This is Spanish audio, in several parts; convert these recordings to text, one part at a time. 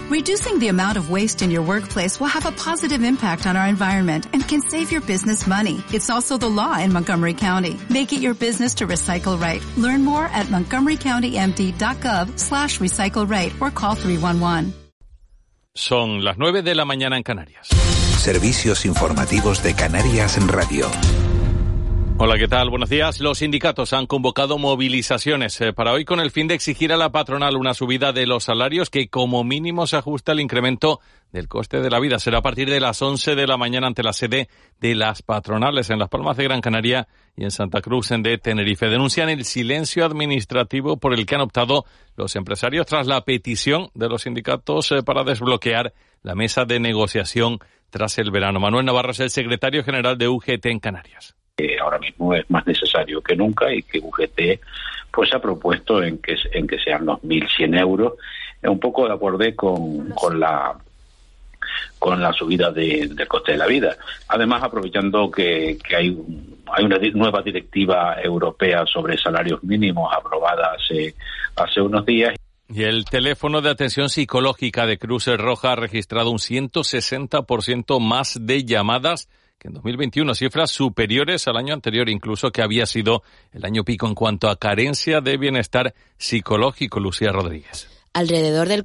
Reducing the amount of waste in your workplace will have a positive impact on our environment and can save your business money. It's also the law in Montgomery County. Make it your business to recycle right. Learn more at montgomerycountymd.gov/recycle right or call 311. Son las 9 de la mañana en Canarias. Servicios informativos de Canarias en Radio. Hola, ¿qué tal? Buenos días. Los sindicatos han convocado movilizaciones para hoy con el fin de exigir a la patronal una subida de los salarios que como mínimo se ajusta al incremento del coste de la vida. Será a partir de las 11 de la mañana ante la sede de las patronales en Las Palmas de Gran Canaria y en Santa Cruz de Tenerife. Denuncian el silencio administrativo por el que han optado los empresarios tras la petición de los sindicatos para desbloquear la mesa de negociación tras el verano. Manuel Navarro es el secretario general de UGT en Canarias. Ahora mismo es más necesario que nunca y que UGT pues ha propuesto en que sean los 1.100 euros, un poco de acuerdo con la subida del coste de la vida. Además, aprovechando que hay una nueva directiva europea sobre salarios mínimos aprobada hace unos días. Y el teléfono de atención psicológica de Cruz Roja ha registrado un 160% más de llamadas que en 2021, cifras superiores al año anterior, incluso que había sido el año pico en cuanto a carencia de bienestar psicológico. Lucía Rodríguez. Alrededor del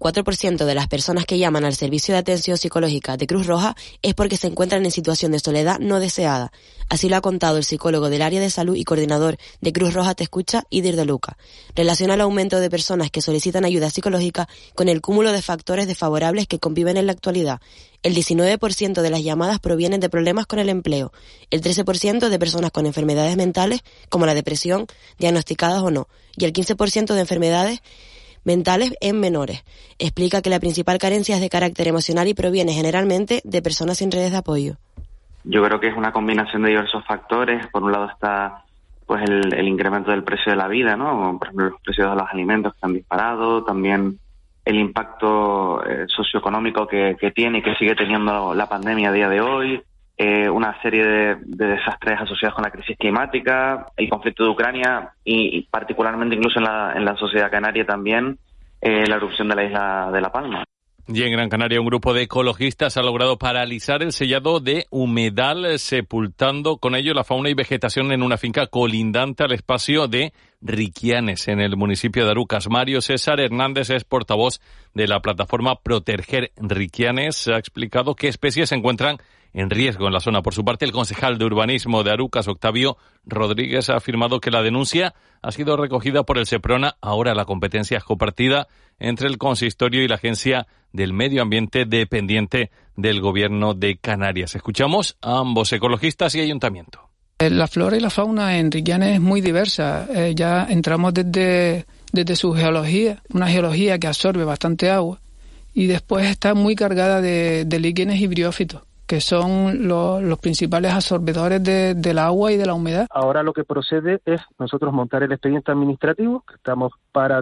44% de las personas que llaman al servicio de atención psicológica de Cruz Roja es porque se encuentran en situación de soledad no deseada. Así lo ha contado el psicólogo del área de salud y coordinador de Cruz Roja Te Escucha, Idir de Luca. Relaciona el aumento de personas que solicitan ayuda psicológica con el cúmulo de factores desfavorables que conviven en la actualidad. El 19% de las llamadas provienen de problemas con el empleo, el 13% de personas con enfermedades mentales, como la depresión, diagnosticadas o no, y el 15% de enfermedades mentales en menores. Explica que la principal carencia es de carácter emocional y proviene generalmente de personas sin redes de apoyo. Yo creo que es una combinación de diversos factores. Por un lado está pues el incremento del precio de la vida, ¿no? Por ejemplo, los precios de los alimentos que han disparado, también el impacto socioeconómico que tiene y que sigue teniendo la pandemia a día de hoy, una serie de desastres asociados con la crisis climática, el conflicto de Ucrania y particularmente incluso en la sociedad canaria también la erupción de la isla de La Palma. Y en Gran Canaria un grupo de ecologistas ha logrado paralizar el sellado de humedal, sepultando con ello la fauna y vegetación en una finca colindante al espacio de Riquianes, en el municipio de Arucas. Mario César Hernández es portavoz de la plataforma Proteger Riquianes. Ha explicado qué especies se encuentran en riesgo en la zona. Por su parte, el concejal de urbanismo de Arucas, Octavio Rodríguez, ha afirmado que la denuncia ha sido recogida por el Seprona. Ahora la competencia es compartida entre el consistorio y la Agencia del Medio Ambiente dependiente del Gobierno de Canarias. Escuchamos a ambos ecologistas y ayuntamiento. La flora y la fauna en Riquianes es muy diversa. Ya entramos desde su geología, una geología que absorbe bastante agua, y después está muy cargada de líquenes y briófitos, que son los principales absorbedores del agua y de la humedad. Ahora lo que procede es nosotros montar el expediente administrativo, que estamos para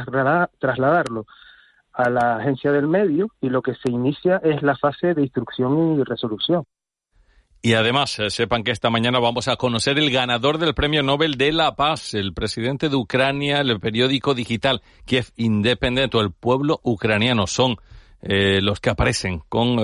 trasladarlo a la Agencia del Medio, y lo que se inicia es la fase de instrucción y resolución. Y además, sepan que esta mañana vamos a conocer el ganador del Premio Nobel de la Paz, el presidente de Ucrania. El periódico digital Kiev Independent o El Pueblo Ucraniano son los que aparecen con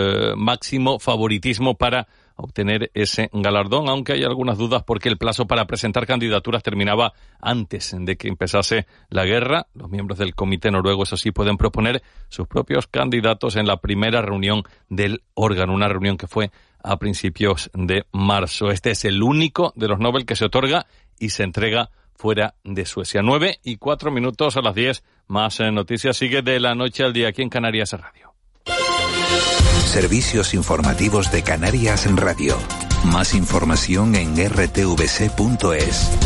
máximo favoritismo para obtener ese galardón, aunque hay algunas dudas porque el plazo para presentar candidaturas terminaba antes de que empezase la guerra. Los miembros del comité noruego, eso sí, pueden proponer sus propios candidatos en la primera reunión del órgano, una reunión que fue a principios de marzo. Este es el único de los Nobel que se otorga y se entrega fuera de Suecia. 9:04 a las 10. Más noticias. Sigue de la noche al día aquí en Canarias Radio. Servicios informativos de Canarias en Radio. Más información en rtvc.es.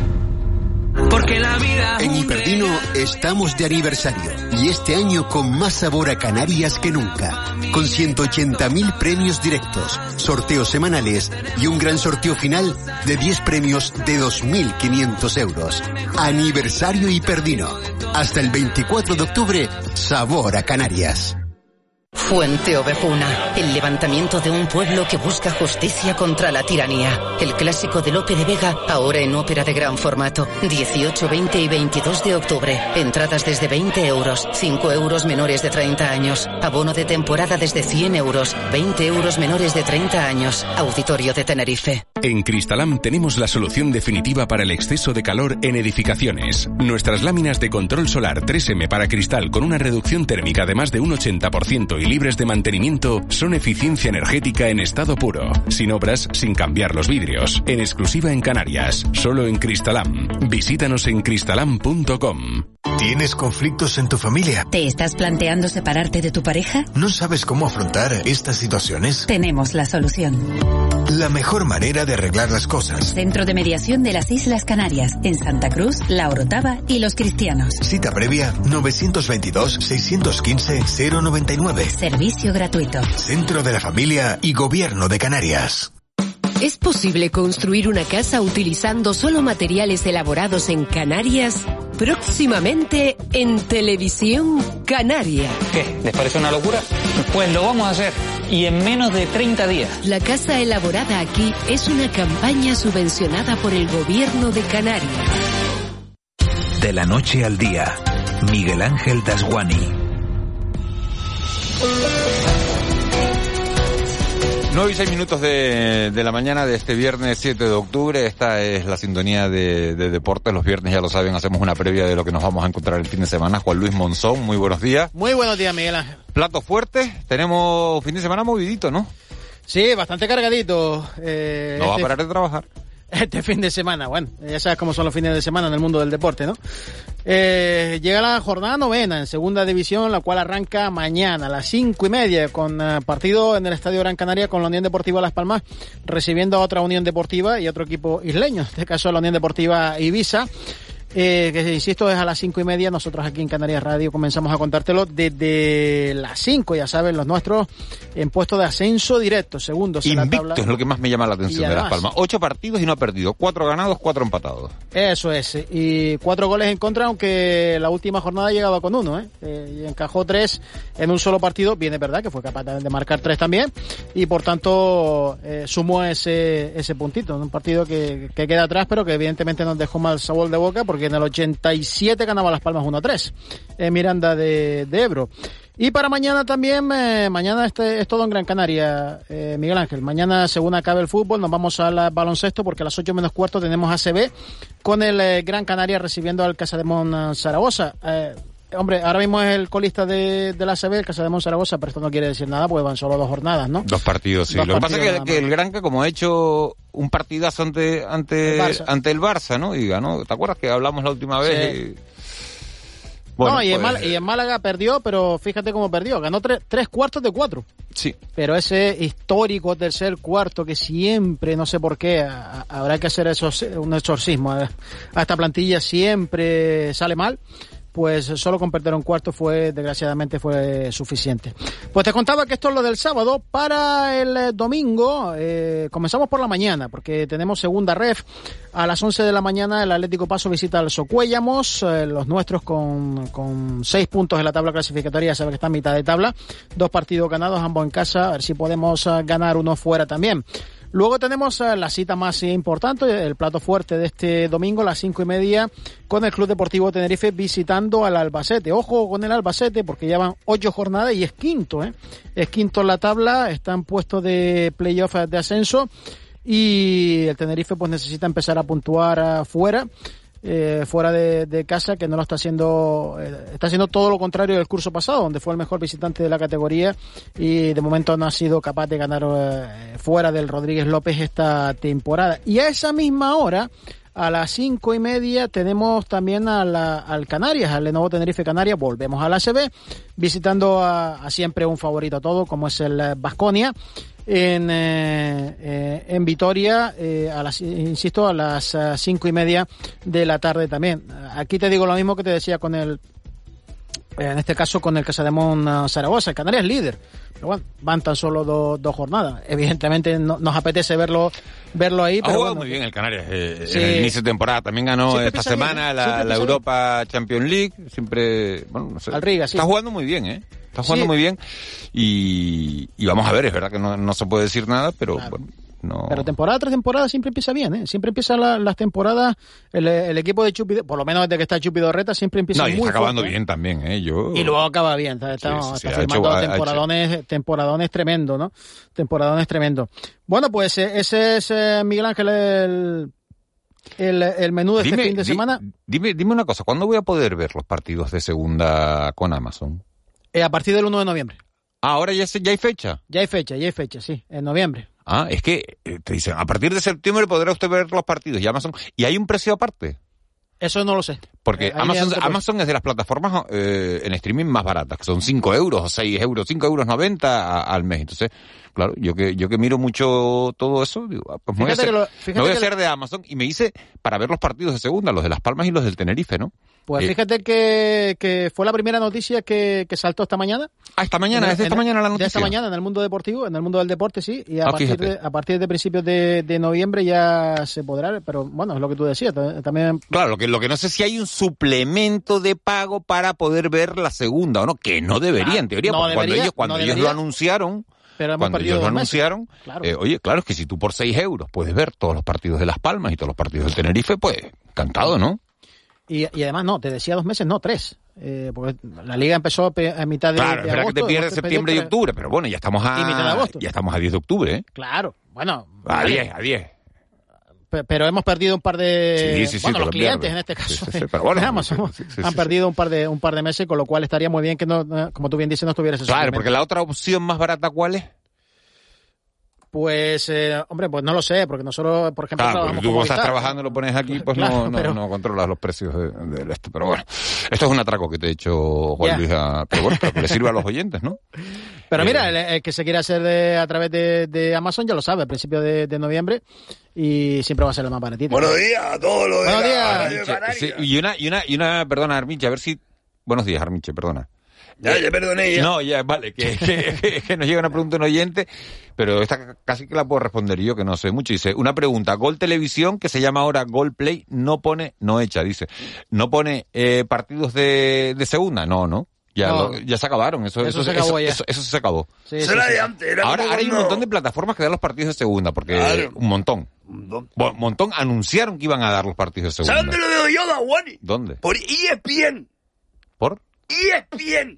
En Hiperdino estamos de aniversario y este año con más sabor a Canarias que nunca, con 180.000 premios directos, sorteos semanales y un gran sorteo final de 10 premios de 2.500 euros. Aniversario Hiperdino. Hasta el 24 de octubre, sabor a Canarias. Fuente Ovejuna, el levantamiento de un pueblo que busca justicia contra la tiranía. El clásico de Lope de Vega, ahora en ópera de gran formato. 18, 20 y 22 de octubre. Entradas desde 20 euros, 5 euros menores de 30 años. Abono de temporada desde 100 euros, 20 euros menores de 30 años. Auditorio de Tenerife. En Cristalam tenemos la solución definitiva para el exceso de calor en edificaciones. Nuestras láminas de control solar 3M para cristal con una reducción térmica de más de un 80% y libres de mantenimiento son eficiencia energética en estado puro, sin obras, sin cambiar los vidrios, en exclusiva en Canarias, solo en Cristalam. Visítanos en cristalam.com. ¿Tienes conflictos en tu familia? ¿Te estás planteando separarte de tu pareja? ¿No sabes cómo afrontar estas situaciones? Tenemos la solución. La mejor manera de arreglar las cosas. Centro de Mediación de las Islas Canarias, en Santa Cruz, La Orotava y Los Cristianos. Cita previa 922-615-099. Servicio gratuito. Centro de la Familia y Gobierno de Canarias. ¿Es posible construir una casa utilizando solo materiales elaborados en Canarias? Próximamente en Televisión Canaria. ¿Qué? ¿Les parece una locura? Pues lo vamos a hacer. Y en menos de 30 días. La casa elaborada aquí es una campaña subvencionada por el Gobierno de Canarias. De la noche al día, Miguel Ángel Dasguani. 9:06 de la mañana de este viernes 7 de octubre. Esta es la sintonía de deportes. Los viernes, ya lo saben, hacemos una previa de lo que nos vamos a encontrar el fin de semana. Juan Luis Monzón, muy buenos días. Muy buenos días, Miguel Ángel. Platos fuertes, tenemos fin de semana movidito, ¿no? Sí, bastante cargadito. No va a parar de trabajar. Este fin de semana, bueno, ya sabes cómo son los fines de semana en el mundo del deporte, ¿no? Llega la jornada 9ª en segunda división, la cual arranca mañana a las 5:30 con partido en el Estadio Gran Canaria con la Unión Deportiva Las Palmas recibiendo a otra Unión Deportiva y otro equipo isleño, en este caso la Unión Deportiva Ibiza. Que insisto es a las 5:30. Nosotros aquí en Canarias Radio comenzamos a contártelo desde las 5, ya saben, los nuestros en puesto de ascenso directo, segundos en la tabla. Invicto es lo que más me llama la atención de Las Palmas. 8 partidos y no ha perdido, 4 ganados, 4 empatados. Eso es, y 4 goles en contra, aunque la última jornada llegaba con 1, y encajó 3 en un solo partido. Bien, es verdad que fue capaz de marcar 3 también, y por tanto sumó ese puntito en un partido que queda atrás, pero que evidentemente nos dejó mal sabor de boca, porque en el 87 ganaba Las Palmas 1-3 Miranda de Ebro. Y para mañana también, mañana es todo en Gran Canaria, Miguel Ángel. Mañana, según acabe el fútbol, nos vamos al baloncesto, porque a las 8:45 tenemos ACB con el Gran Canaria recibiendo al Casademont Zaragoza. Hombre, ahora mismo es el colista de la ACB, el Casademont Zaragoza, pero esto no quiere decir nada, porque van solo 2 jornadas, ¿no? 2 partidos, sí. Lo que pasa es que el Granca, como ha hecho un partidazo ante el Barça, ¿no? Y ganó. ¿Te acuerdas que hablamos la última vez? Sí. Y... Bueno, no, y, pues... en Málaga perdió, pero fíjate cómo perdió. Ganó 3 cuartos de 4. Sí. Pero ese histórico tercer cuarto que siempre, no sé por qué, habrá que hacer un exorcismo. A esta plantilla siempre sale mal. Pues solo con perder un cuarto desgraciadamente fue suficiente. Pues te contaba que esto es lo del sábado. Para el domingo, comenzamos por la mañana, porque tenemos segunda ref. A las 11 de la mañana el Atlético Paso visita al Socuéllamos, los nuestros con 6 puntos en la tabla clasificatoria, sabe que está en mitad de tabla. 2 partidos ganados, ambos en casa, a ver si podemos ganar uno fuera también. Luego tenemos la cita más importante, el plato fuerte de este domingo, a las 5:30, con el Club Deportivo Tenerife visitando al Albacete. Ojo con el Albacete, porque llevan 8 jornadas y es quinto, Es quinto en la tabla, está en puesto de playoff de ascenso, y el Tenerife pues necesita empezar a puntuar fuera de casa, que no lo está haciendo, está haciendo todo lo contrario del curso pasado, donde fue el mejor visitante de la categoría y de momento no ha sido capaz de ganar fuera del Rodríguez López esta temporada. Y a esa misma hora, a las 5:30, tenemos también al Canarias, al Lenovo Tenerife Canarias. Volvemos a la ACB, visitando a siempre un favorito a todo, como es el Baskonia, en Vitoria, insisto, a las 5:30 de la tarde también. Aquí te digo lo mismo que te decía en este caso con el Casademont Zaragoza. El Canarias es líder, pero bueno, van tan solo dos jornadas. Evidentemente nos apetece verlo ahí. Ha jugado muy bien el Canarias en el inicio de temporada. También ganó esta semana la Europa Champions League. Siempre, bueno, no sé. Al Riga, sí. Está jugando muy bien, Está jugando muy bien y vamos a ver, es verdad que no se puede decir nada, pero bueno. No. Pero temporada tras temporada siempre empieza bien, ¿eh? Siempre empiezan las temporadas, el equipo de Chupi, por lo menos desde que está Chupi Dorreta, siempre empieza muy y está acabando fuerte, bien también, ¿eh? Y luego acaba bien, está firmando temporadones tremendos, ¿no? Temporadones tremendos. Bueno, pues ese es, Miguel Ángel, el menú de este fin de semana. Dime una cosa, ¿cuándo voy a poder ver los partidos de segunda con Amazon? A partir del 1 de noviembre. ¿Ahora ya hay fecha? Ya hay fecha, sí, en noviembre. Es que te dicen, a partir de septiembre podrá usted ver los partidos y Amazon, ¿y hay un precio aparte? Eso no lo sé. Porque Amazon es de las plataformas en streaming más baratas, que son 5 euros o 6 euros, 5,90 € al mes. Entonces, claro, yo que miro mucho todo eso, digo, pues me voy a hacer de Amazon, y me hice para ver los partidos de segunda, los de Las Palmas y los del Tenerife, ¿no? Pues fíjate que fue la primera noticia que saltó esta mañana. Esta mañana, esta mañana la noticia. De esta mañana en el mundo deportivo, en el mundo del deporte, sí. Y a partir de principios de noviembre ya se podrá, pero bueno, es lo que tú decías. También. Claro, lo que no sé si hay un suplemento de pago para poder ver la segunda o no, que no debería, en teoría, porque cuando ellos lo anunciaron. Pero cuando ellos lo anunciaron, claro. Oye, claro, es que si tú por 6 euros puedes ver todos los partidos de Las Palmas y todos los partidos del Tenerife, pues encantado, ¿no? Y además, no, te decía 2 meses, no 3. Porque la liga empezó a mitad de agosto. Claro, es que te pierdes septiembre y octubre, pero bueno, ya estamos a 10 de octubre, ¿eh? Claro, bueno. A 10. Pero hemos perdido un par de... Sí, los clientes en este caso. Sí, pero bueno, han perdido un par de meses, con lo cual estaría muy bien que, no, como tú bien dices, no estuviera ese Claro, porque la otra opción más barata, ¿cuál es? Pues, hombre, pues no lo sé, porque nosotros, por ejemplo, trabajamos tú como estás trabajando y lo pones aquí, pues claro, no controlas los precios del esto. Pero bueno, esto es un atraco que te he hecho, Juan Luis, pero bueno, para que le sirva a los oyentes, ¿no? Pero mira, el que se quiera hacer a través de Amazon ya lo sabe, al principio de noviembre, y siempre va a ser el más baratito. Buenos días a todos los Buenos días. Sí, y una, perdona, Armiche, a ver si... Buenos días, Armiche, perdona. Ya perdoné ya. No, ya, vale, que nos llega una pregunta de un oyente, pero esta casi que la puedo responder yo, que no sé mucho. Dice, una pregunta, Gol Televisión, que se llama ahora Gol Play, no pone partidos de segunda, no. Ya se acabaron, eso se acabó ya. Eso se acabó. Sí, eso era de antes. Ahora hay un montón de plataformas que dan los partidos de segunda, porque un montón anunciaron que iban a dar los partidos de segunda. ¿Sabes dónde lo veo yo, Dawani? ¿Dónde? Por ESPN. ¿Por? ESPN.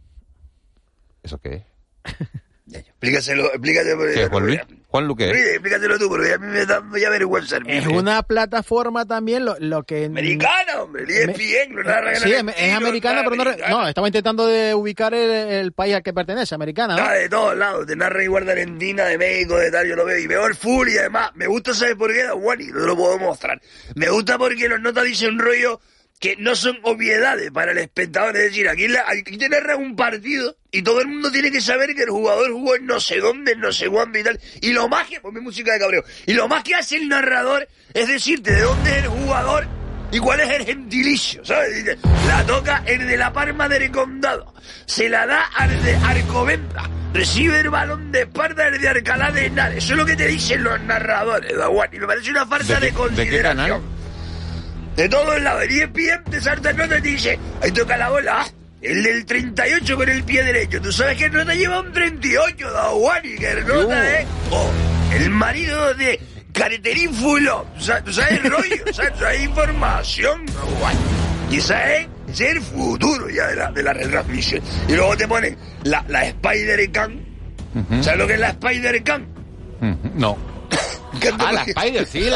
¿Eso qué es? Explícaselo. ¿Qué es, Juan Luis? Juan Luque. Explícaselo tú, porque a mí me da ya vergüenza. Es una plataforma también, lo que... Americana, hombre, el ESPN. Sí, es americana, pero no, estaba intentando de ubicar el país al que pertenece, americana, ¿no? Está de todos lados, te narra igual de Argentina, de México, de tal, yo lo veo, y veo el full, y además, me gusta, ¿sabes por qué, Juan? Y no te lo puedo mostrar. Me gusta porque los notas dicen rollo que no son obviedades para el espectador, es decir, aquí te narra un partido y todo el mundo tiene que saber que el jugador jugó en no sé dónde, en no sé cuándo y tal, y lo más que, ponme música de cabreo, y lo más que hace el narrador es decirte de dónde es el jugador y cuál es el gentilicio, ¿sabes? Dice, la toca el de La Palma del Condado, se la da al de Alcobendas, recibe el balón de espalda el de Alcalá de Henares, eso es lo que te dicen los narradores, Daguán, y me parece una farsa de consideración. ¿De qué canal? De todos lados, el ESPN te salta nota y te dice, ahí toca la bola, el del 38 con el pie derecho. Tú sabes que el nota lleva un 38, Dawani, que el nota el marido de Careterín Fulop. Tú sabes el rollo, tú sabes información, Dawani. Y esa es el futuro ya de la retransmisión. Y luego te ponen la Spider-Cam. ¿Sabes lo que es la Spider-Cam? No. La Spider, sí.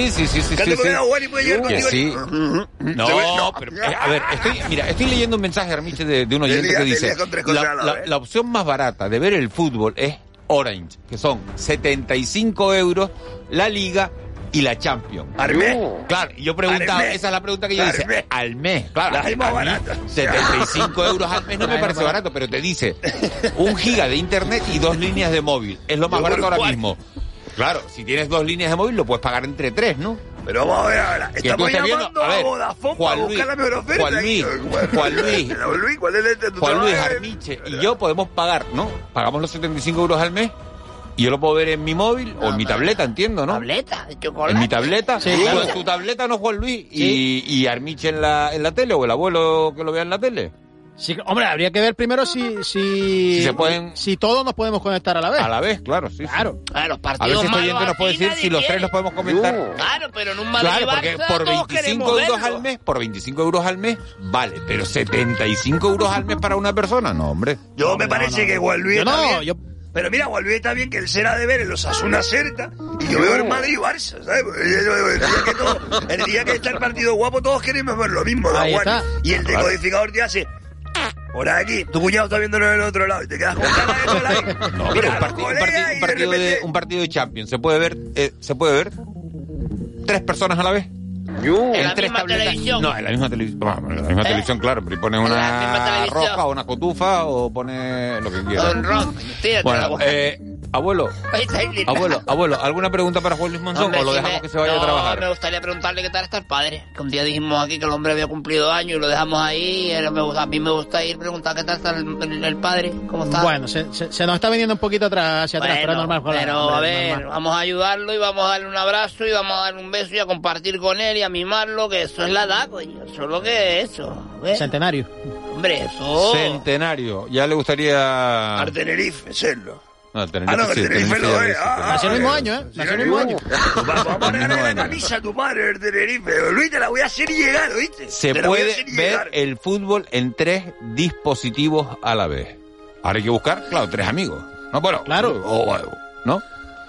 No, pero a ver, estoy leyendo un mensaje, Armiche, de un oyente que dice, la opción más barata de ver el fútbol es Orange, que son 75 euros la Liga y la Champions. ¿Al mes? Claro, y yo preguntaba, esa es la pregunta que yo hice, al mes, claro. La es más barata. 75 euros al mes no me parece barato, pero te dice 1 giga de internet y 2 líneas de móvil. Es lo más barato ahora mismo. Claro, si tienes 2 líneas de móvil lo puedes pagar entre 3, ¿no? Pero vamos a ver ahora. Estamos llamando a Vodafone para buscar la mejor oferta. Juan Luis, Armiche y yo podemos pagar, ¿no? Pagamos los 75 euros al mes y yo lo puedo ver en mi móvil o en mi tableta, entiendo, ¿no? ¿Tableta? ¿Chocolate? En mi tableta. Sí, claro. ¿Tu tableta no, Juan Luis? Sí. ¿Y Armiche en la tele o el abuelo que lo vea en la tele? Sí, hombre, habría que ver primero si todos nos podemos conectar a la vez. A la vez, claro, sí. Claro. Los A ver partidos si este malos oyente nos puede así decir nadie si los quiere. tres nos podemos comentar. Claro, pero en un Madrid Claro, porque Barça por todos 25 queremos euros verlo. al mes, por 25 euros al mes, vale, pero 75 euros al mes para una persona, no, hombre. Yo me parece que Juan Luis está bien. yo Pero mira, Juan Luis está bien que él será de ver en los Osasuna cerca y yo veo el Madrid Barça, ¿sabes? El día que está el partido guapo todos queremos ver lo mismo, da Ahí Juan. está. Y el decodificador te hace por aquí, tu cuñado está viéndolo del otro lado y te quedas con cara de like. No, pero un partido de Champions, ¿se puede ver 3 personas a la vez? En la misma televisión. No, en la misma televisión. Vamos, en la misma televisión, claro, pero pones En la misma una televisión. roja o una cotufa o pones lo que quieras. Un rock, tírate la Bueno, boca. abuelo, ¿alguna pregunta para Juan Luis Monzón Hombre, o lo si dejamos me- que se vaya no, a trabajar? Me gustaría preguntarle qué tal está el padre. Que un día dijimos aquí que el hombre había cumplido años y lo dejamos ahí. A mí me gusta ir a preguntar qué tal está el padre, cómo está. Bueno, se nos está viniendo un poquito hacia atrás, pero es normal. Juan, Pero hombre, a ver, normal. vamos a ayudarlo y vamos a darle un abrazo y vamos a darle un beso y a compartir con él y a mimarlo, que eso es la edad, coño. Eso es lo que es eso. ¿ves? Centenario. Hombre, eso... Centenario. Ya le gustaría... Al Tenerife, serlo. No, Ah, no, el Tenerife lo es. Nació el mismo año, ¿eh? Nació el mismo año. Vamos a regalar la camisa a tu madre del Tenerife. Luis, te la voy a hacer llegar, ¿oíste? Se Te la voy a puede hacer ver llegar. el fútbol en 3 dispositivos a la vez. Ahora hay que buscar, claro, 3 amigos. No, bueno, claro. ¿No?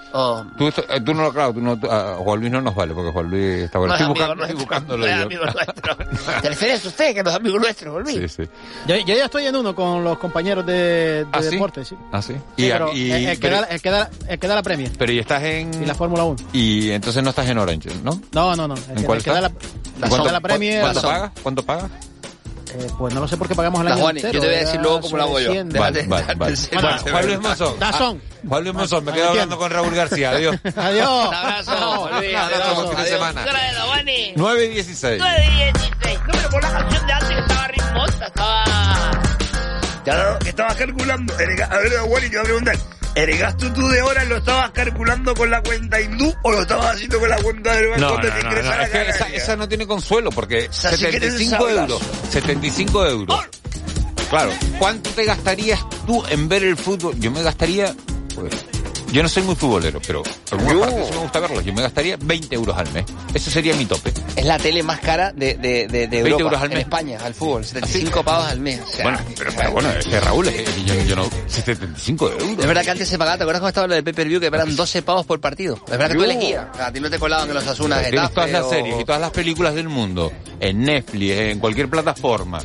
Tú no, claro, Juan Luis no nos vale, porque Juan Luis está bueno. Estoy buscándolo yo. ¿Te refieres a usted, que no es amigo nuestro, Luis? Sí, sí. Yo ya estoy en uno con los compañeros de ¿Ah, sí? deporte, sí. Ah, sí. Sí, pero el que da la premia. Pero y estás en... Y la Fórmula 1. Y entonces no estás en Orange, ¿no? No. ¿En cuál el que da la premia. ¿Cuánto pagas? Pues no lo sé por qué pagamos el La año Juani, entero. yo te voy a decir luego cómo lo hago yo. Vale. Bueno, Juan Luis Monzón. Dazón. Juan Luis Monzón, me quedo hablando con Raúl García. Adiós. Adiós. Un abrazo, Juan Luis, Un abrazo, adiós. buen fin de semana. ¿Qué hora es, Juani? 9:16. 9:16. No, pero por la canción de antes que estaba ritmosa, estaba... Ya no, que estabas calculando. A ver, Juani, te voy a preguntar. ¿El gasto tú de horas lo estabas calculando con la cuenta hindú o lo estabas haciendo con la cuenta del banco No, donde te ingresa la es que ganancia? esa no tiene consuelo, porque sea, si quieres 75 hablas. euros. 75 euros. Claro, ¿cuánto te gastarías tú en ver el fútbol? Yo me gastaría, pues, yo no soy muy futbolero, pero algunos partidos sí me gusta verlos. Yo me gastaría 20 euros al mes. Ese sería mi tope. Es la tele más cara de Europa, euros al en mes. España, al fútbol. 75 pavos al mes. O sea, Bueno, pero bueno, es que Raúl, yo no... 75 euros. es verdad que antes se pagaba, ¿te acuerdas cómo estaba lo de pay-per-view? Que eran 12 pavos por partido. Es verdad que tú elegías. A ti no te colaban que los Asuna de Tienes todas las Getafe series y todas las películas del mundo en Netflix, en cualquier plataforma.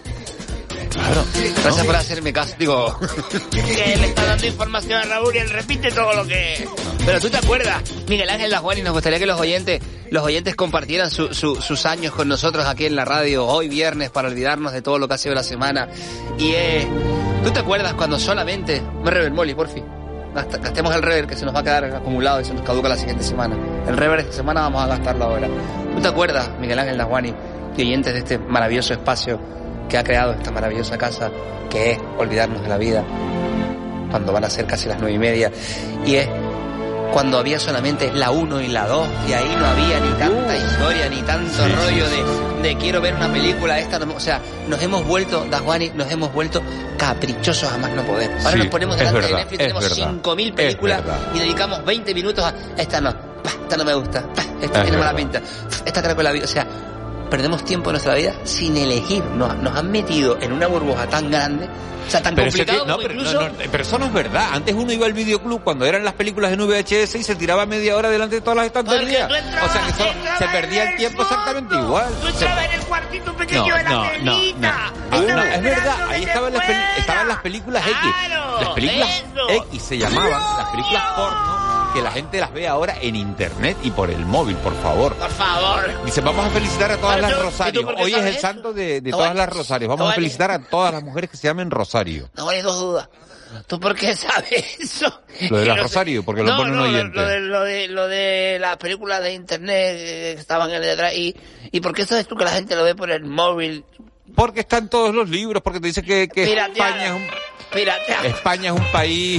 Claro. Gracias por hacerme caso. Digo, que le está dando información a Raúl y él repite todo lo que... Pero tú te acuerdas, Miguel Ángel Lajuani, nos gustaría que los oyentes compartieran sus años con nosotros aquí en la radio hoy viernes para olvidarnos de todo lo que ha sido la semana. Y ¿tú te acuerdas cuando solamente... Me rever, Molly, por fin. Gastemos el rever que se nos va a quedar acumulado y se nos caduca la siguiente semana. El rever de esta semana vamos a gastarlo ahora. ¿Tú te acuerdas, Miguel Ángel Lajuani, y oyentes de este maravilloso espacio que ha creado esta maravillosa casa, que es olvidarnos de la vida, cuando van a ser casi las 9:30, y es cuando había solamente la 1 y la 2, y ahí no había ni tanta historia, ni tanto rollo de quiero ver una película, o sea, nos hemos vuelto, Dajuani, nos hemos vuelto caprichosos a más no poder. Ahora nos ponemos delante de Netflix, tenemos 5.000 películas y dedicamos 20 minutos a esta no, esta no me gusta, esta tiene mala pinta, esta creo que la vida, o sea, perdemos tiempo en nuestra vida sin elegir. Nos han metido en una burbuja tan grande, o sea, tan complicado como incluso... Pero eso no es verdad. Antes uno iba al videoclub cuando eran las películas en VHS y se tiraba media hora delante de todas las estanterías. O sea, que eso se perdía el tiempo exactamente igual. Tú entrabas en el cuartito pequeño de la telita. Es verdad, ahí estaban las películas X. Las películas X se llamaban, las películas porno, que la gente las ve ahora en internet y por el móvil, por favor. Por favor. Dice, vamos a felicitar a todas las Rosarios. Hoy es el eso? santo de todas las Rosarios. Vamos a felicitar a todas las mujeres que se llamen Rosario. No hay dos dudas. ¿Tú por qué sabes eso? Lo de la Rosario, porque lo pone un oyente. Lo de las películas de internet que estaban en el detrás. ¿Y por qué sabes tú que la gente lo ve por el móvil? Porque están todos los libros, porque te dice que España es un... España es un país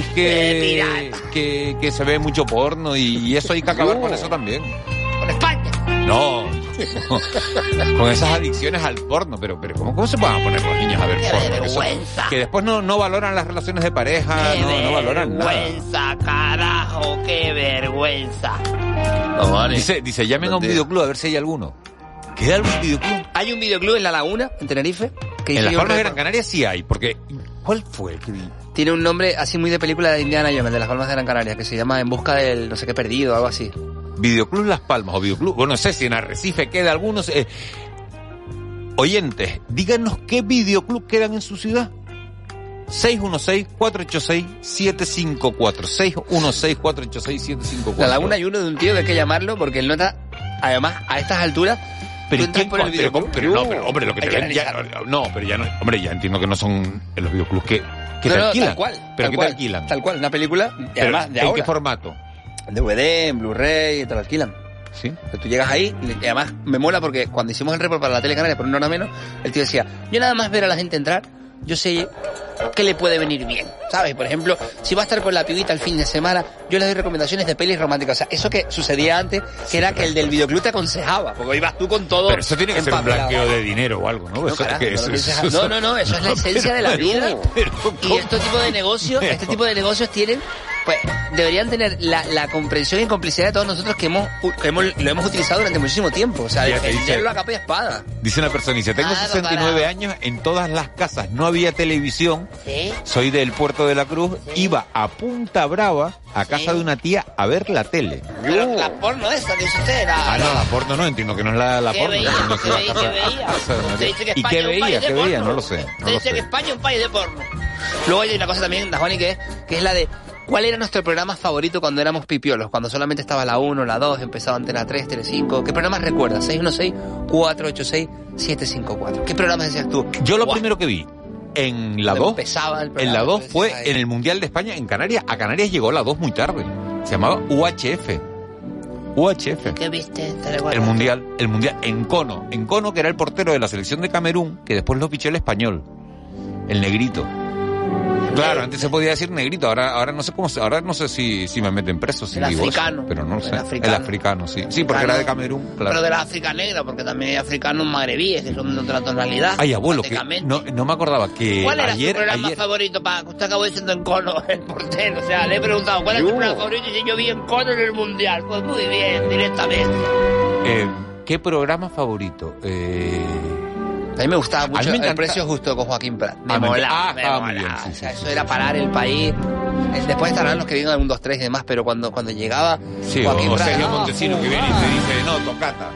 que se ve mucho porno y eso hay que acabar con eso también. ¿Con España? No, con esas adicciones al porno, pero ¿cómo se van a poner los niños a ver porno? Vergüenza. Que después no valoran las relaciones de pareja, no valoran nada. Vergüenza, carajo, qué vergüenza. No, vale. Dice, llamen a un videoclub a ver si hay alguno. ¿Queda algún videoclub? Hay un videoclub en La Laguna, en Tenerife. En Las Palmas de Gran Canaria sí hay, porque... ¿Cuál fue el que vi? Tiene un nombre así muy de película de Indiana Jones, de Las Palmas de Gran Canaria, que se llama En busca del no sé qué perdido, algo así. Videoclub Las Palmas o Videoclub... Bueno, no sé si en Arrecife queda algunos... Oyentes, díganos qué videoclub quedan en su ciudad. 616-486-754. 616-486-754. La Laguna hay uno de un tío que hay que llamarlo porque él nota, además, a estas alturas... Pero hombre, lo que te ven ya... No, pero ya no... Hombre, ya entiendo que no son los videoclubs que te alquilan. Tal cual. ¿Pero qué te alquilan? Tal cual, una película, y además de ¿En ahora. qué formato? En DVD, en Blu-ray, te lo alquilan. Sí. Pero tú llegas ahí, y además me mola porque cuando hicimos el report para la tele canaria por una hora menos, el tío decía, yo nada más ver a la gente entrar, yo sé que le puede venir bien, ¿sabes? Por ejemplo, si va a estar con la pibita el fin de semana, yo le doy recomendaciones de pelis románticas. O sea, eso que sucedía antes, que era que el del videoclub te aconsejaba, porque ibas tú con todo. Pero eso tiene que ser un blanqueo de dinero o algo, ¿no? No, Eso, carajo, que eso es la esencia pero, de la vida. Y ¿cómo? este tipo de negocios tienen, pues, deberían tener la comprensión y complicidad de todos nosotros que lo hemos utilizado durante muchísimo tiempo. O sea, defenderlo a capa y espada. Dice una persona, dice, tengo 69 años, en todas las casas no había televisión, ¿Sí? soy del Puerto de la Cruz, iba a Punta Brava, a casa de una tía, a ver la tele. Pero la porno esa, dice usted, era... No, la porno no, entiendo que no es la ¿Qué porno. veía? No ¿Qué veía? Usted dice que ¿Y España qué es un país de veía? porno. No lo sé. Usted dice que España es un país de porno. Luego hay una cosa también, Juani, que es la de... ¿Cuál era nuestro programa favorito cuando éramos pipiolos? Cuando solamente estaba la 1, la 2, empezaba Antena 3, Tele 5. ¿Qué programas recuerdas? 616-486-754. ¿Qué programas decías tú? Yo lo primero que vi en la 2, en la 2 fue ahí. en el Mundial de España en Canarias. A Canarias llegó la 2 muy tarde. Se llamaba UHF. ¿Qué viste? El mundial en Cono, que era el portero de la selección de Camerún, que después lo fichó el español, el negrito. Claro, antes se podía decir negrito, ahora no sé ahora no sé si me meten preso, si el digo africano, eso, pero no lo sé. El africano, sí. Sí, porque era de Camerún, claro. Pero de la África negra, porque también hay africanos magrebíes que son de otra tonalidad. Ay, abuelo, que no me acordaba que ¿Cuál era ayer, su programa favorito? Que usted acabó diciendo en Cono, el portero. O sea, le he preguntado, ¿cuál es su programa favorito? Y si yo vi en Cono en el Mundial. Pues muy bien, directamente. ¿Qué programa favorito? A mí me gustaba mucho El Precio Justo con Joaquín Prat. Me molaba. Muy bien, sí, o sea, eso era parar el país. Después estarán los que vienen al 1, 2, 3 y demás, pero cuando llegaba Joaquín Prat... Sergio Montesino que viene y te dice, no, tocata.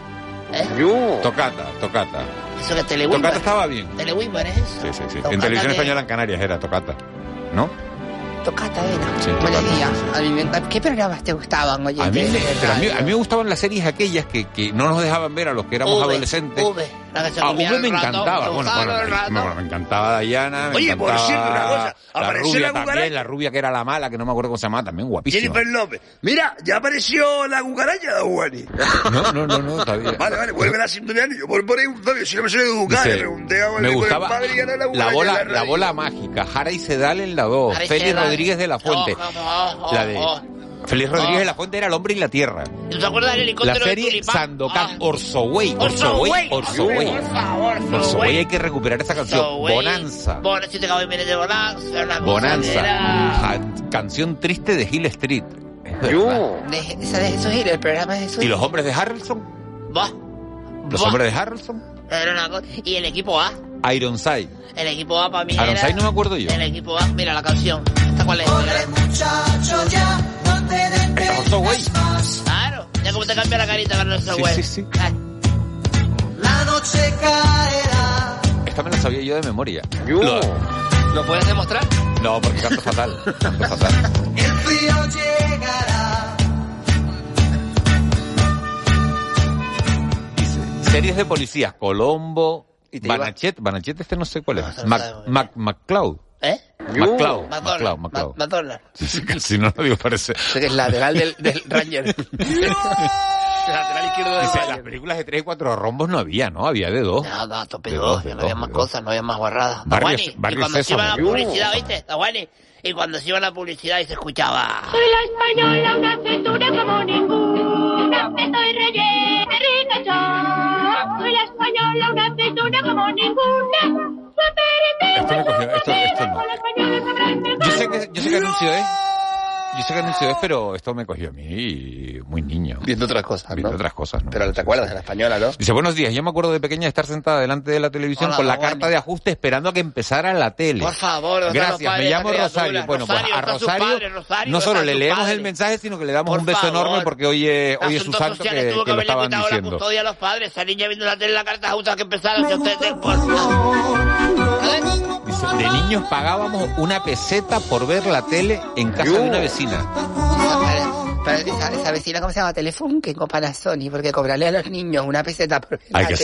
Tocata. Eso que Telewimmer. Tocata estaba bien. Telewimmer es eso. Sí. En Televisión Española en Canarias era Tocata, ¿no? Tocata era. Sí, Buenos días. ¿Qué programas te gustaban, oye? A mí me gustaban las series aquellas que no nos dejaban ver a los que éramos adolescentes. V me encantaba. Bueno, me encantaba Dayana. Oye, por cierto, una cosa. La rubia también, la rubia que era la mala, que no me acuerdo cómo se llamaba, también guapísima. Jennifer López. Mira, ya apareció la cucaracha, Juani. No, está bien. Vale, vuelve la sintonía. Yo por ahí, si no me suele educar, le pregunté a me gustaba la bola mágica, Jara y Sedal en la 2, Félix Rodríguez de la Fuente. La de Félix Rodríguez de la Fuente era El hombre y la tierra. ¿Te acuerdas del helicóptero? La serie Sandokan, Orsoway, hay que recuperar esa canción. Bonanza. Si te acabo de venir de Bonanza. Canción triste de Hill Street. Esa de esos Hill, el programa es eso. ¿Y los hombres de Harrelson? ¿Los hombres de Harrelson? Era una cosa. ¿Y el equipo A? Ironside. El equipo A para mí Ironside no me acuerdo yo. El equipo A, mira la canción. ¿Esta cuál es? ¿Esta es Orsoway? Claro, ya como te cambia la carita con Orsoway. Sí. La noche caerá. Esta me la sabía yo de memoria. ¿Lo puedes demostrar? No, porque canto fatal. El frío llegará. Dice, series de policías, Colombo, Banachet no sé cuál es. MacLeod. McDonald. Si no lo digo, parece. Sé que es lateral del Ranger. Lateral izquierdo del Ranger. Las películas de 3 y 4 rombos no había, ¿no? Había de 2. No, tope 2. No había más cosas, no había más guarradas. Barrio y cuando se iba la publicidad, ¿viste? Y cuando se iba la publicidad y se escuchaba... Soy la española, una cintura como ninguna. Estoy rellena, rica, española, una aceituna como ninguna. Esto me cogió, esto no. Yo sé que anuncio es. Yo sé que anuncio es, pero esto me cogió a mí muy niño. Viendo otras cosas, Viendo otras cosas, ¿no? Pero te acuerdas de la española, ¿no? Dice, buenos días, yo me acuerdo de pequeña de estar sentada delante de la televisión con la carta de ajuste esperando a que empezara la tele. Por favor, gracias, me llamo Rosario. Bueno, pues a Rosario no solo le leemos el mensaje, sino que le damos un beso enorme porque hoy es su santo que lo estaban diciendo. La custodia a los padres, esa niña viendo la tele, la carta de ajuste que empezara, que ustedes, por favor. Dice, de niños pagábamos una peseta por ver la tele en casa de una vecina. Esa vecina, ¿cómo se llama? Telefunken con Panasonic, porque cobrarle a los niños una peseta por hay que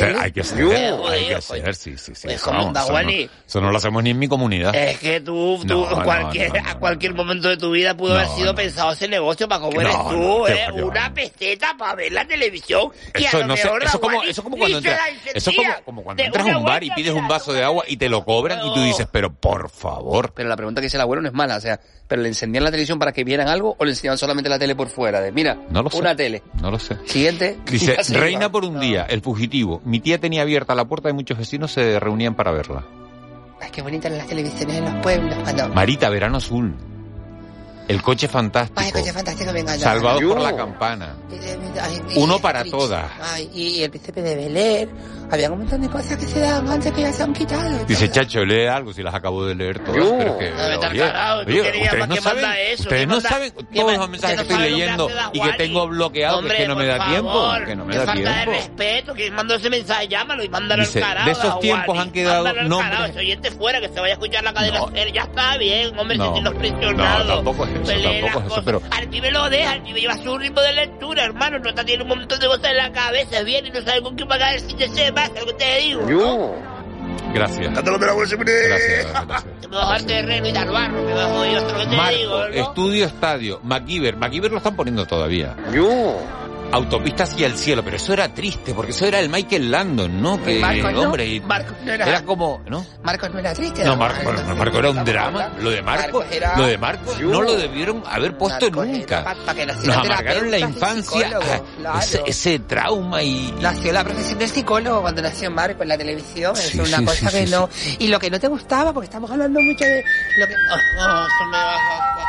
ser, sí. Es como un Daguani. Eso no lo hacemos ni en mi comunidad. Es que tú a cualquier momento de tu vida pudo haber sido pensado ese negocio para comer una peseta para ver la televisión. Eso es como cuando entras a un bar y pides un vaso de agua y te lo cobran y tú dices, pero por favor. Pero la pregunta que dice el abuelo no es mala, o sea, pero le encendían la televisión para que vieran algo o le enseñaban solamente la tele por fuera, mira, una tele. No lo sé. Siguiente. Dice, reina por un día, El Fugitivo. Mi tía tenía abierta la puerta y muchos vecinos se reunían para verla. Ay, qué bonitas las televisiones en los pueblos. Marita, Verano Azul. El Coche Fantástico. Ay, el Coche Fantástico me encanta. Salvado por la Campana. Uno para todas. Ay, y El Príncipe de Bel-Air. Había un montón de cosas que se daban antes que ya se han quitado. Dice, chacho, lee algo si las acabo de leer todas. Pero es que, ustedes no saben todos los mensajes que estoy leyendo y que tengo bloqueado, que es que no me da tiempo. Que no me da tiempo. Falta de respeto, que mandó ese mensaje, llámalo y mándalo al carajo. De esos tiempos han quedado nombres. Ese oyente fuera, que se vaya a escuchar la cadena. Ya está bien, hombre, sentirnos presionados. No, tampoco es eso, pero... Al pibe lo deja, el pibe lleva su ritmo de lectura, hermano, no está teniendo un montón de cosas en la cabeza, viene y no sabe con qué pagar el fin de semana, es lo que te digo. Gracias. Gracias. Te puedo bajar terreno y dar barro, me bajo yo, es lo que te digo, ¿no? Estudio Estadio, MacGyver lo están poniendo todavía. Autopistas hacia el cielo, pero eso era triste, porque eso era el Michael Landon, ¿no? Que, Marcos, hombre, no. Marcos no era como, ¿no? Marcos no era triste. No, Marcos era un drama. Lo de Marcos no lo debieron haber puesto nunca. Nos amargaron la infancia, ese trauma y... Nació la profesión del psicólogo cuando nació Marcos en la televisión, es una cosa que no... Y lo que no te gustaba, porque estamos hablando mucho de lo que... Esto me baja...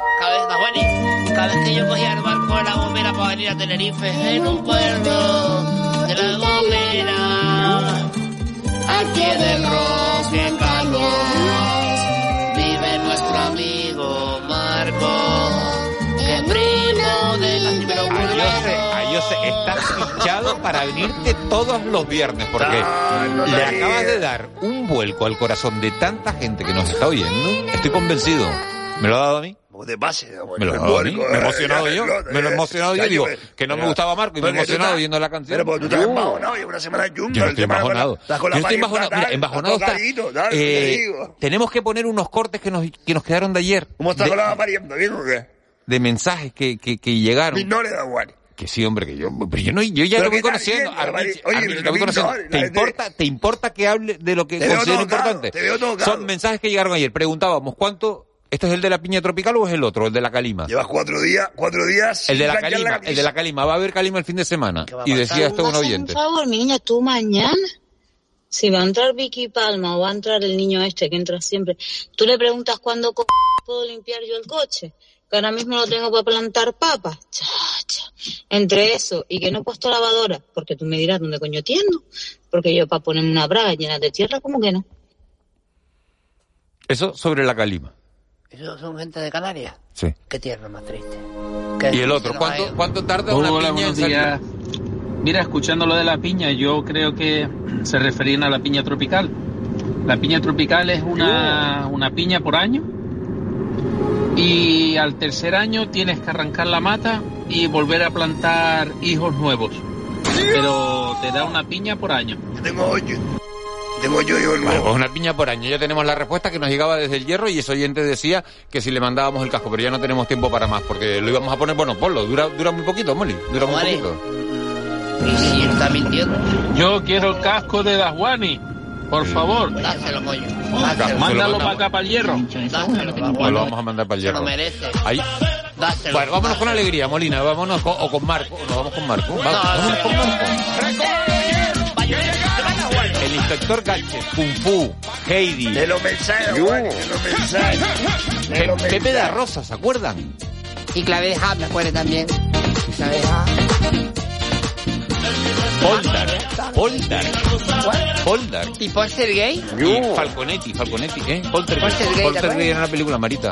Cada vez que yo cogía el barco de La Gomera para venir a Tenerife, en un puerto de La Gomera, aquí en el Roque Cañas, vive nuestro amigo Marco, que primo de la Ayose, estás fichado para venirte todos los viernes, porque le acabas de dar un vuelco al corazón de tanta gente que nos está oyendo. Estoy convencido. ¿Me lo ha dado a mí? De base, me lo he emocionado yo. Me lo he emocionado yo. Digo, que no me gustaba Marco y me he emocionado oyendo la canción. Pero porque tú estás embajonado, llevo una semana en Jungla. Yo no estoy embajonado. Yo estoy embajonado. Mira, embajonado está. Tenemos que poner unos cortes que nos quedaron de ayer. ¿Cómo está con la pariendo? ¿Bien o qué? De mensajes que llegaron. No le da igual. Que sí, hombre, que yo ya lo voy conociendo. Oye, lo voy conociendo. ¿Te importa que hable de lo que considero importante? Son mensajes que llegaron ayer. Preguntábamos, ¿cuánto... ¿Este es el de la piña tropical o es el otro, el de la calima? Llevas 4 días. El de la calima, va a haber calima el fin de semana. Y decía esto un oyente. Por favor, mi niña, tú mañana, si va a entrar Vicky Palma o va a entrar el niño este que entra siempre, tú le preguntas cuándo puedo limpiar yo el coche, que ahora mismo lo tengo para plantar papas. Chacha. Entre eso y que no he puesto lavadora, porque tú me dirás dónde coño tiendo, porque yo para ponerme una braga llena de tierra, ¿cómo que no? Eso sobre la calima. ¿Esos son gente de Canarias? Sí. Qué tierno más triste. ¿Y el otro? ¿Cuánto tarda una piña en salir? Mira, escuchando lo de la piña, yo creo que se referían a la piña tropical. La piña tropical es una piña por año y al tercer año tienes que arrancar la mata y volver a plantar hijos nuevos. Pero te da una piña por año. Tengo yo nuevo. Vale, pues una piña por año. Ya tenemos la respuesta que nos llegaba desde el Hierro y ese oyente decía que si le mandábamos el casco, pero ya no tenemos tiempo para más porque lo íbamos a poner, bueno, ponlo, dura muy poquito, Molly, dura muy poquito. Y si él está mintiendo. Yo quiero el casco de Daswani, por favor. Dáselo, coño. Mándalo para acá, para el Hierro. Dáselo, pues lo vamos a mandar para el Hierro. Se lo merece. Ahí. Dáselo. Bueno, vámonos con alegría, Molina, vámonos con Marco. Nos vamos con Marco. Vámonos con Marco. Inspector Gadget, Kung Fu, Heidi. De los mensajes, Juan, de los mensajes. Pepe de Rosa, ¿se acuerdan? Y Clave de Hub, me acuerdo también. Clave de Poldark. ¿Y Polter Gay? Y Falconetti, ¿eh? Polter Gay era una película, Marita.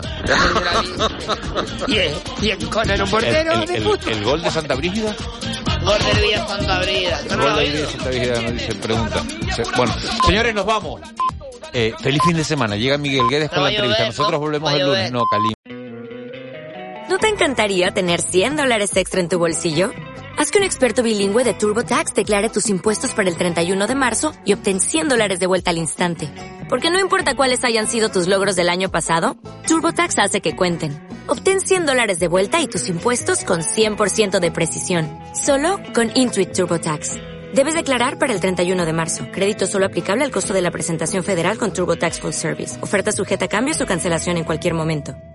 Y el Conan, un portero de puto. El gol de Santa Brígida. Gol del Villa Santa Brígida. El gol de Villa Santa Brígida, nos dice, pregunta. Bueno, señores, nos vamos. Feliz fin de semana. Llega Miguel Guedes con la entrevista. Nosotros volvemos el lunes. No, Cali. ¿No te encantaría tener $100 extra en tu bolsillo? Haz que un experto bilingüe de TurboTax declare tus impuestos para el 31 de marzo y obtén $100 de vuelta al instante. Porque no importa cuáles hayan sido tus logros del año pasado, TurboTax hace que cuenten. Obtén $100 de vuelta y tus impuestos con 100% de precisión. Solo con Intuit TurboTax. Debes declarar para el 31 de marzo. Crédito solo aplicable al costo de la presentación federal con TurboTax Full Service. Oferta sujeta a cambios o cancelación en cualquier momento.